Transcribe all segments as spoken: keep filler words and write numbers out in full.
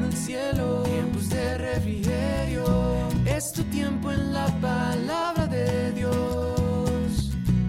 el cielo, tiempos de refrigerio, es tu tiempo en la palabra de Dios.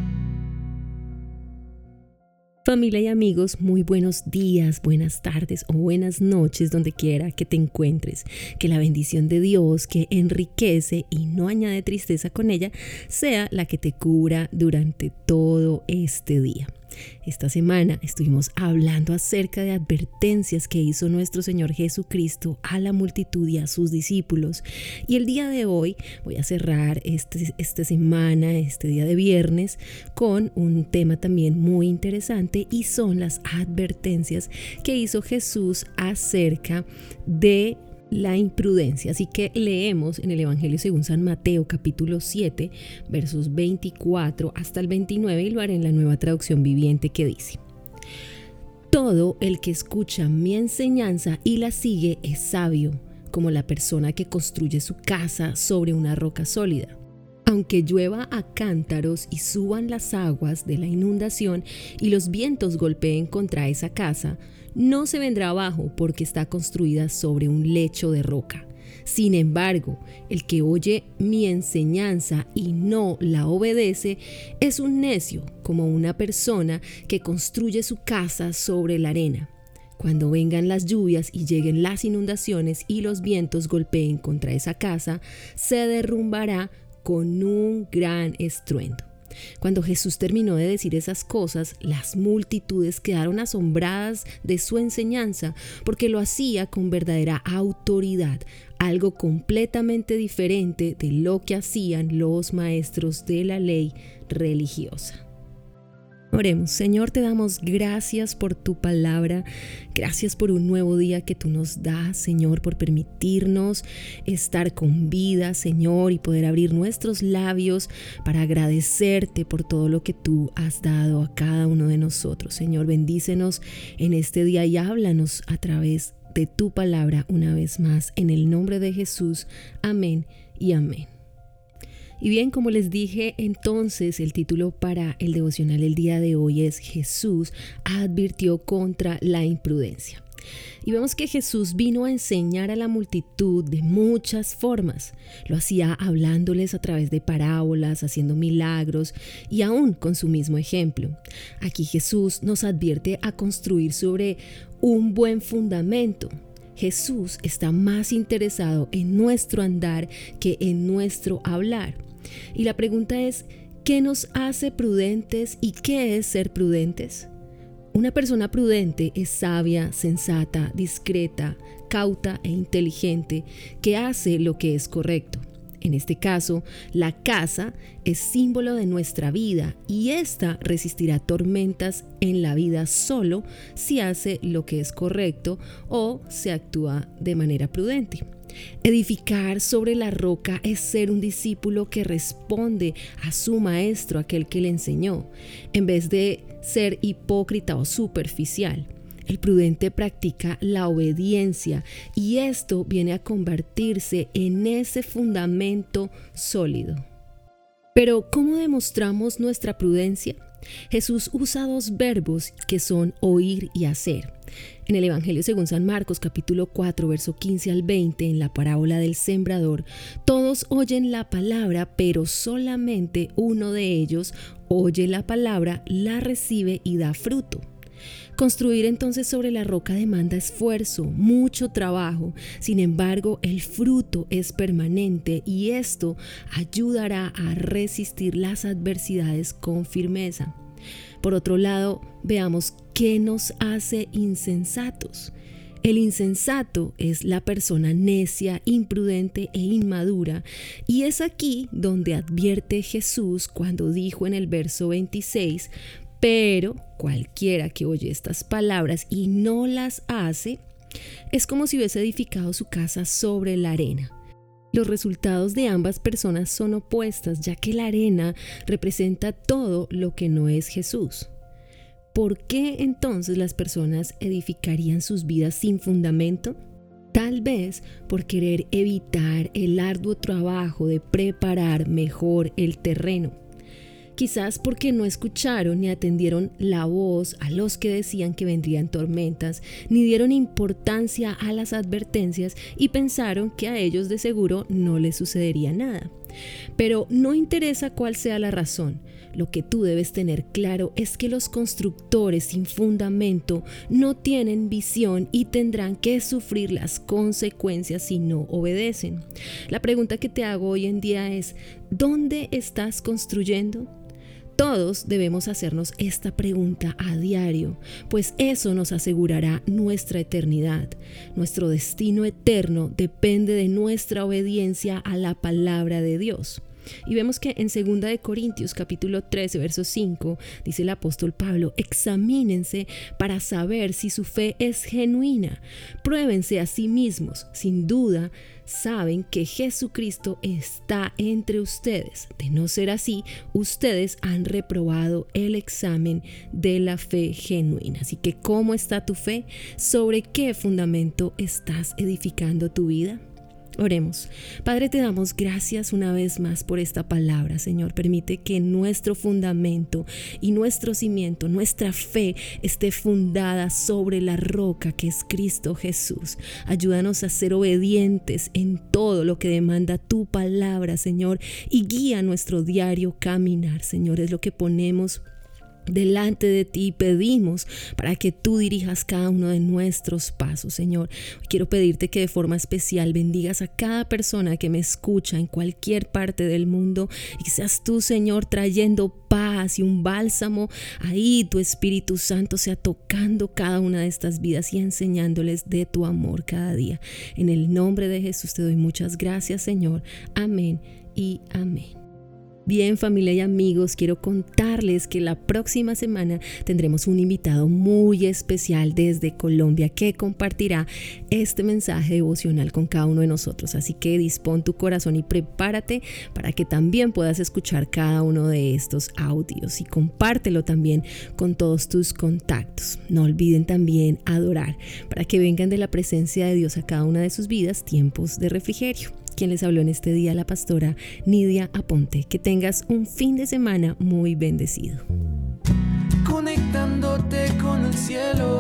Familia y amigos, muy buenos días, buenas tardes o buenas noches donde quiera que te encuentres. Que la bendición de Dios, que enriquece y no añade tristeza con ella, sea la que te cubra durante todo este día. Esta semana estuvimos hablando acerca de advertencias que hizo nuestro Señor Jesucristo a la multitud y a sus discípulos. Y el día de hoy voy a cerrar este, esta semana, este día de viernes, con un tema también muy interesante y son las advertencias que hizo Jesús acerca de la imprudencia. Así que leemos en el Evangelio según San Mateo capítulo siete versos veinticuatro hasta el veintinueve y lo haré en la Nueva Traducción Viviente, que dice: todo el que escucha mi enseñanza y la sigue es sabio, como la persona que construye su casa sobre una roca sólida. Aunque llueva a cántaros y suban las aguas de la inundación y los vientos golpeen contra esa casa, no se vendrá abajo porque está construida sobre un lecho de roca. Sin embargo, el que oye mi enseñanza y no la obedece es un necio, como una persona que construye su casa sobre la arena. Cuando vengan las lluvias y lleguen las inundaciones y los vientos golpeen contra esa casa, se derrumbará con un gran estruendo. Cuando Jesús terminó de decir esas cosas, las multitudes quedaron asombradas de su enseñanza, porque lo hacía con verdadera autoridad, algo completamente diferente de lo que hacían los maestros de la ley religiosa. Oremos. Señor, te damos gracias por tu palabra, gracias por un nuevo día que tú nos das, Señor, por permitirnos estar con vida, Señor, y poder abrir nuestros labios para agradecerte por todo lo que tú has dado a cada uno de nosotros. Señor, bendícenos en este día y háblanos a través de tu palabra una vez más, en el nombre de Jesús. Amén y amén. Y bien, como les dije, entonces el título para el devocional el día de hoy es: Jesús advirtió contra la imprudencia. Y vemos que Jesús vino a enseñar a la multitud de muchas formas. Lo hacía hablándoles a través de parábolas, haciendo milagros y aún con su mismo ejemplo. Aquí Jesús nos advierte a construir sobre un buen fundamento. Jesús está más interesado en nuestro andar que en nuestro hablar. Y la pregunta es: ¿qué nos hace prudentes y qué es ser prudentes? Una persona prudente es sabia, sensata, discreta, cauta e inteligente, que hace lo que es correcto. En este caso, la casa es símbolo de nuestra vida y ésta resistirá tormentas en la vida solo si hace lo que es correcto o se actúa de manera prudente. Edificar sobre la roca es ser un discípulo que responde a su maestro, aquel que le enseñó, en vez de ser hipócrita o superficial. El prudente practica la obediencia y esto viene a convertirse en ese fundamento sólido. Pero, ¿cómo demostramos nuestra prudencia? Jesús usa dos verbos que son oír y hacer. En el Evangelio según San Marcos capítulo cuatro verso quince al veinte, en la parábola del sembrador, todos oyen la palabra, pero solamente uno de ellos oye la palabra, la recibe y da fruto. Construir entonces sobre la roca demanda esfuerzo, mucho trabajo. Sin embargo, el fruto es permanente y esto ayudará a resistir las adversidades con firmeza. Por otro lado, veamos qué nos hace insensatos. El insensato es la persona necia, imprudente e inmadura, y es aquí donde advierte Jesús cuando dijo en el verso veintiséis: pero cualquiera que oye estas palabras y no las hace, es como si hubiese edificado su casa sobre la arena. Los resultados de ambas personas son opuestas, ya que la arena representa todo lo que no es Jesús. ¿Por qué entonces las personas edificarían sus vidas sin fundamento? Tal vez por querer evitar el arduo trabajo de preparar mejor el terreno. Quizás porque no escucharon ni atendieron la voz a los que decían que vendrían tormentas, ni dieron importancia a las advertencias y pensaron que a ellos de seguro no les sucedería nada. Pero no interesa cuál sea la razón. Lo que tú debes tener claro es que los constructores sin fundamento no tienen visión y tendrán que sufrir las consecuencias si no obedecen. La pregunta que te hago hoy en día es: ¿dónde estás construyendo? Todos debemos hacernos esta pregunta a diario, pues eso nos asegurará nuestra eternidad. Nuestro destino eterno depende de nuestra obediencia a la palabra de Dios. Y vemos que en segunda de Corintios capítulo trece, verso cinco, dice el apóstol Pablo: examínense para saber si su fe es genuina. Pruébense a sí mismos. Sin duda, saben que Jesucristo está entre ustedes. De no ser así, ustedes han reprobado el examen de la fe genuina. Así que, ¿cómo está tu fe? ¿Sobre qué fundamento estás edificando tu vida? Oremos. Padre, te damos gracias una vez más por esta palabra, Señor. Permite que nuestro fundamento y nuestro cimiento, nuestra fe, esté fundada sobre la roca que es Cristo Jesús. Ayúdanos a ser obedientes en todo lo que demanda tu palabra, Señor, y guía nuestro diario caminar, Señor. Es lo que ponemos delante de ti, pedimos para que tú dirijas cada uno de nuestros pasos, Señor. Quiero pedirte que de forma especial bendigas a cada persona que me escucha en cualquier parte del mundo y que seas tú, Señor, trayendo paz y un bálsamo. Ahí tu Espíritu Santo sea tocando cada una de estas vidas y enseñándoles de tu amor cada día. En el nombre de Jesús te doy muchas gracias, Señor. Amén y amén. Bien, familia y amigos, quiero contarles que la próxima semana tendremos un invitado muy especial desde Colombia que compartirá este mensaje devocional con cada uno de nosotros. Así que dispón tu corazón y prepárate para que también puedas escuchar cada uno de estos audios y compártelo también con todos tus contactos. No olviden también adorar para que vengan de la presencia de Dios a cada una de sus vidas tiempos de refrigerio. Quien les habló en este día, la pastora Nidia Aponte. Que tengas un fin de semana muy bendecido. Conectándote con el cielo.